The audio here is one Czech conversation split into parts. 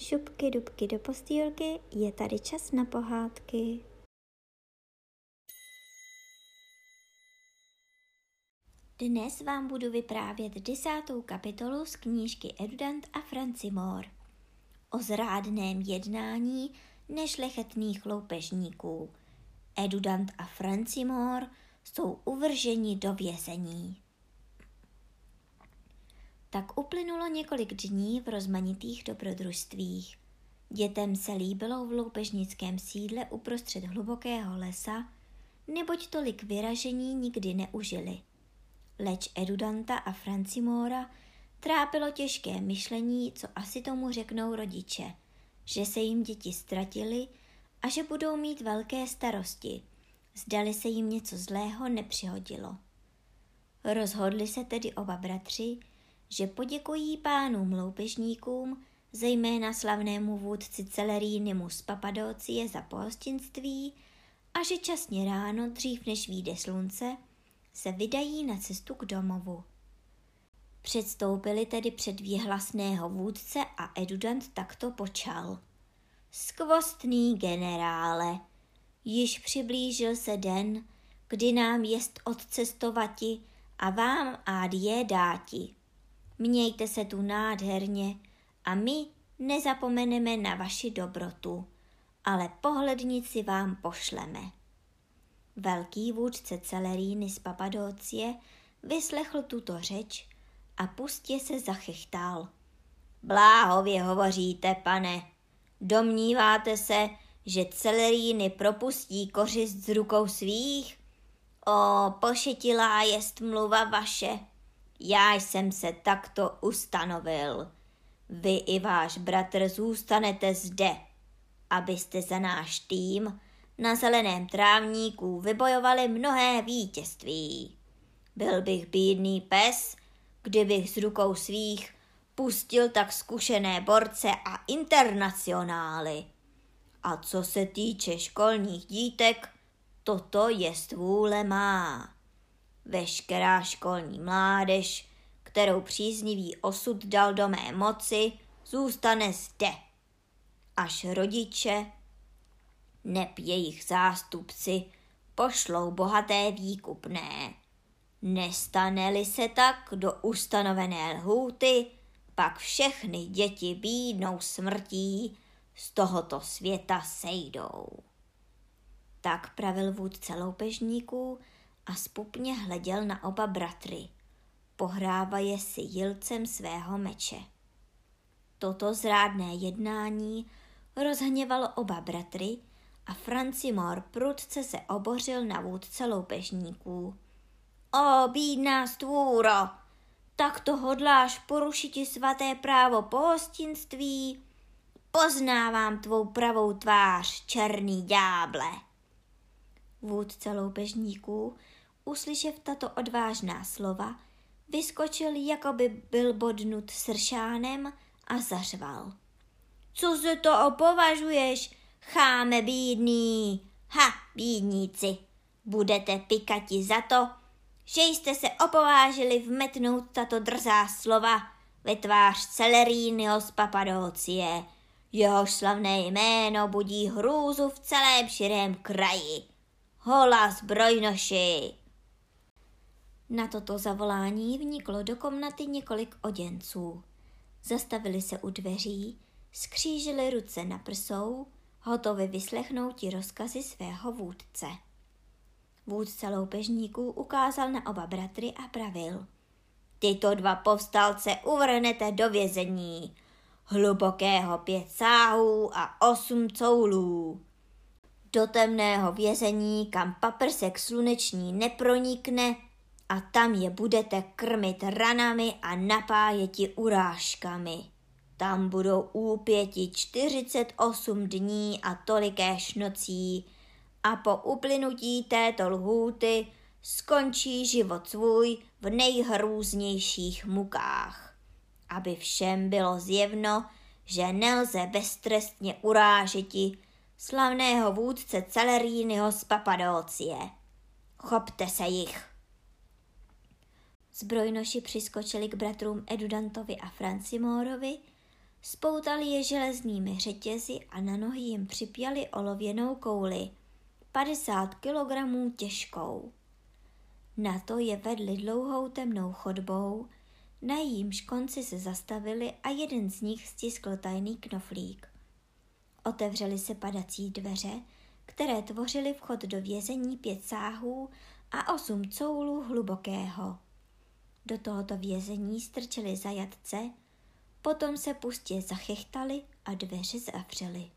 šupky dubky do postýlky, je tady čas na pohádky. Dnes vám budu vyprávět 10. kapitolu z knížky Edudant a Francimor o zrádném jednání nešlechetných loupežníků. Edudant a Francimor jsou uvrženi do vězení. Tak uplynulo několik dní v rozmanitých dobrodružstvích. Dětem se líbilo v loupežnickém sídle uprostřed hlubokého lesa, neboť tolik vyražení nikdy neužili. Leč Edudanta a Francimora trápilo těžké myšlení, co asi tomu řeknou rodiče, že se jim děti ztratily a že budou mít velké starosti, zdali se jim něco zlého nepřihodilo. Rozhodli se tedy oba bratři, že poděkují pánům loupežníkům, zejména slavnému vůdci Celerinimu z Papadocie za pohostinství a že časně ráno, dřív než vyjde slunce, se vydají na cestu k domovu. Předstoupili tedy před věhlasného vůdce a Edudant takto počal. Skvostný generále, již přiblížil se den, kdy nám jest odcestovati a vám adie dáti. Mějte se tu nádherně a my nezapomeneme na vaši dobrotu, ale pohlednici vám pošleme. Velký vůdce Celeríny z Papadocie vyslechl tuto řeč a pustě se zachychtal. Bláhově hovoříte, pane. Domníváte se, že Celeríny propustí kořist z rukou svých? O, pošetilá jest mluva vaše. Já jsem se takto ustanovil. Vy i váš bratr zůstanete zde, abyste za náš tým na zeleném trávníku vybojovali mnohé vítězství. Byl bych bídný pes, kdybych z rukou svých pustil tak zkušené borce a internacionály. A co se týče školních dítek, toto jest vůle má. Veškerá školní mládež, kterou příznivý osud dal do mé moci, zůstane zde, až rodiče, neb jejich zástupci, pošlou bohaté výkupné. Nestane-li se tak do ustanovené lhůty, pak všechny děti bídnou smrtí z tohoto světa sejdou. Tak pravil vůdce loupežníků a zpupně hleděl na oba bratry, pohrávaje si jilcem svého meče. Toto zrádné jednání rozhněvalo oba bratry a Francimor prudce se obořil na vůdce loupežníků. O, bídná stvůro, tak to hodláš porušiti svaté právo pohostinství? Poznávám tvou pravou tvář, černý ďáble. Vůdce loupežníků, uslyšev tato odvážná slova, vyskočil, jako by byl bodnut sršánem a zařval. Co se to opovažuješ, cháme bídný? Ha, bídníci, budete pikati za to, že jste se opovážili vmetnout tato drzá slova ve tvář Celeriniho z Papadocie, jehož slavné jméno budí hrůzu v celém širém kraji. Hola zbrojnoši! Na toto zavolání vniklo do komnaty několik oděnců. Zastavili se u dveří, skřížili ruce na prsou, hotovi vyslechnouti rozkazy svého vůdce. Vůdce loupežníků ukázal na oba bratry a pravil. Tyto dva povstalce uvrhnete do vězení, hlubokého 5 sáhů a 8 coulů. Do temného vězení, kam paprsek sluneční nepronikne, a tam je budete krmit ranami a napájeti urážkami. Tam budou úpěti 48 dní a tolikéž nocí a po uplynutí této lhůty skončí život svůj v nejhrůznějších mukách. Aby všem bylo zjevno, že nelze beztrestně urážeti slavného vůdce Celeriniho z Papadocie. Chopte se jich. Zbrojnoši přiskočili k bratrům Edudantovi a Francimorovi, Spoutali je železnými řetězy a na nohy jim připjali olověnou kouli, 50 kilogramů těžkou. Na to je vedli dlouhou temnou chodbou, na jejímž konci se zastavili a jeden z nich stiskl tajný knoflík. Otevřely se padací dveře, které tvořily vchod do vězení 5 sáhů a 8 coulů hlubokého. Do tohoto vězení strčili zajatce, potom se pustě zachechtali a dveře zavřeli.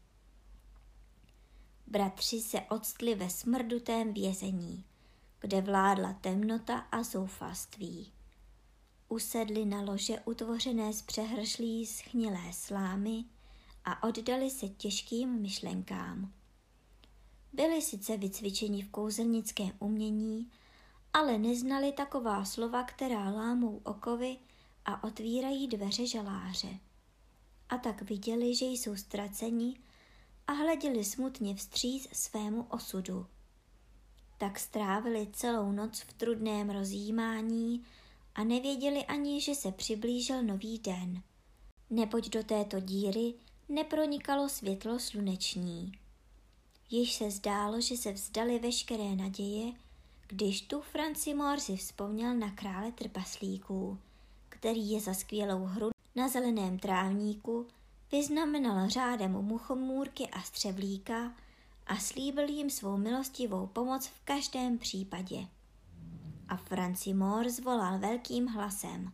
Bratři se octli ve smrdutém vězení, kde vládla temnota a zoufalství. Usedli na lože utvořené z přehršlí schnilé slámy a oddali se těžkým myšlenkám. Byli sice vycvičeni v kouzelnickém umění, ale neznali taková slova, která lámou okovy a otvírají dveře žaláře. A tak viděli, že jsou ztraceni a hleděli smutně vstříc svému osudu. Tak strávili celou noc v trudném rozjímání a nevěděli ani, že se přiblížil nový den, neboť do této díry nepronikalo světlo sluneční. Již se zdálo, že se vzdali veškeré naděje, když tu Francimor si vzpomněl na krále trpaslíků, který je za skvělou hru na zeleném trávníku vyznamenal řádem muchomůrky a střevlíka a slíbil jim svou milostivou pomoc v každém případě. A Francimor zvolal velkým hlasem: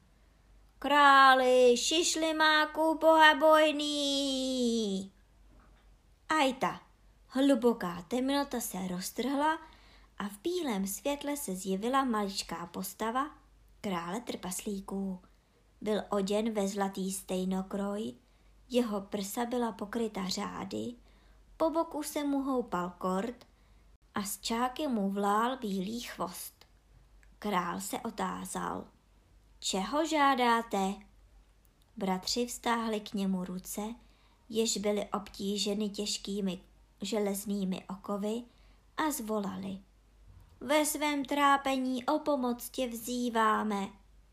Králi, šišlimáku bohabojný! Ajta, hluboká temnota se roztrhla a v bílém světle se zjevila maličká postava krále trpaslíků. Byl oděn ve zlatý stejnokroj, jeho prsa byla pokryta řády, po boku se mu houpal kord a z čáky mu vlál bílý chvost. Král se otázal: Čeho žádáte? Bratři vztáhli k němu ruce, jež byly obtíženy těžkými železnými okovy, a zvolali: Ve svém trápení o pomoc tě vzýváme.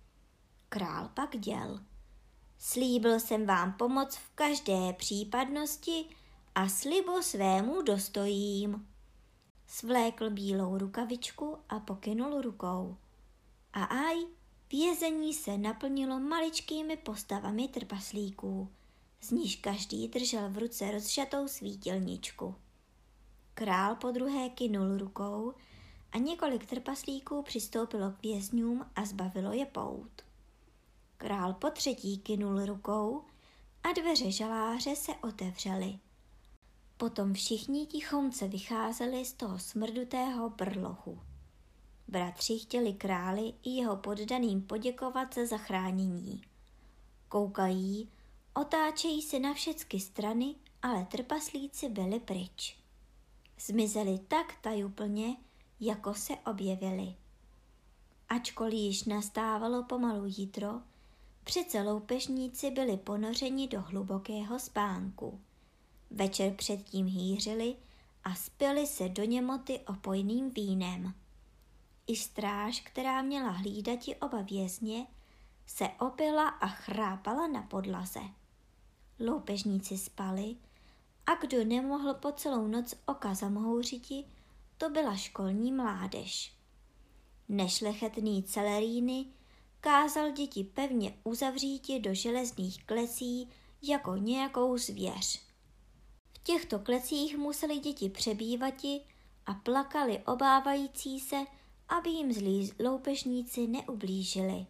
Král pak děl: Slíbil jsem vám pomoc v každé případnosti a slibu svému dostojím. Svlékl bílou rukavičku a pokynul rukou. A aj, vězení se naplnilo maličkými postavami trpaslíků, z níž každý držel v ruce rozšatou svítilničku. Král podruhé kynul rukou a několik trpaslíků přistoupilo k vězňům a zbavilo je pout. Král potřetí kynul rukou a dveře žaláře se otevřely. Potom všichni tichomce vycházeli z toho smrdutého brlochu. Bratři chtěli králi i jeho poddaným poděkovat za zachránění. Koukají, otáčejí se na všechny strany, ale trpaslíci byli pryč. Zmizeli tak tajuplně, jako se objevili. Ačkoliv již nastávalo pomalu jitro, přece loupežníci byli ponořeni do hlubokého spánku. Večer předtím hýřili a spili se do němoty opojným vínem. I stráž, která měla hlídati oba vězně, se opila a chrápala na podlaze. Loupežníci spali a kdo nemohl po celou noc oka zamhouřiti, to byla školní mládež. Nešlechetný Celeríny kázal děti pevně uzavříti do železných klecí jako nějakou zvěř. V těchto klecích museli děti přebývati a plakali obávající se, aby jim zlí loupežníci neublížili.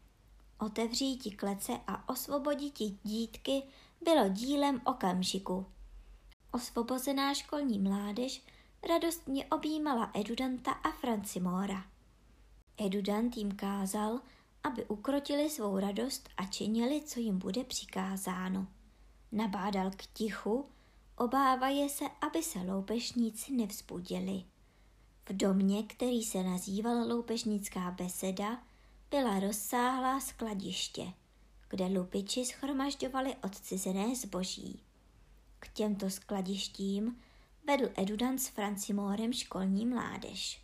Otevříti klece a osvoboditi dítky bylo dílem okamžiku. Osvobozená školní mládež radostně objímala Edudanta a Francimora. Edudant jim kázal, aby ukrotili svou radost a činili, co jim bude přikázáno. Nabádal k tichu, obávaje se, aby se loupežníci nevzbudili. V domě, který se nazýval Loupežnická beseda, byla rozsáhlá skladiště, kde lupiči shromažďovali odcizené zboží. K těmto skladištím vedl Edudant s Francimorem školní mládež.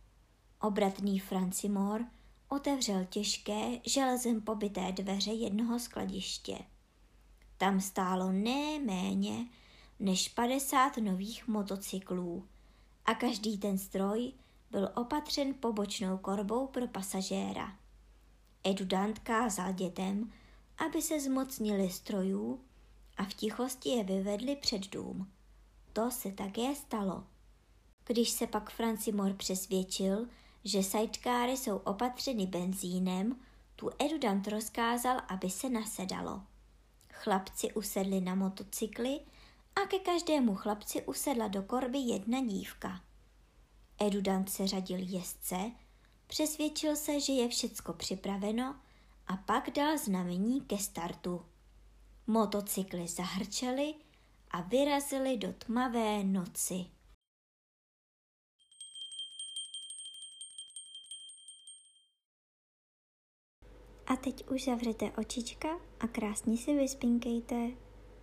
Obratný Francimor otevřel těžké, železem pobyté dveře jednoho skladiště. Tam stálo méně než 50 nových motocyklů a každý ten stroj byl opatřen pobočnou korbou pro pasažéra. Edudant kázal dětem, aby se zmocnili strojů a v tichosti je vyvedli před dům. To se také stalo. Když se pak Francimore přesvědčil, že sidecary jsou opatřeny benzínem, tu Edudant rozkázal, aby se nasedalo. Chlapci usedli na motocykly a ke každému chlapci usedla do korby jedna dívka. Edudant seřadil jezdce, přesvědčil se, že je všecko připraveno a pak dal znamení ke startu. Motocykly zahrčely a vyrazily do tmavé noci. A teď už zavřete očička a krásně si vyspinkejte.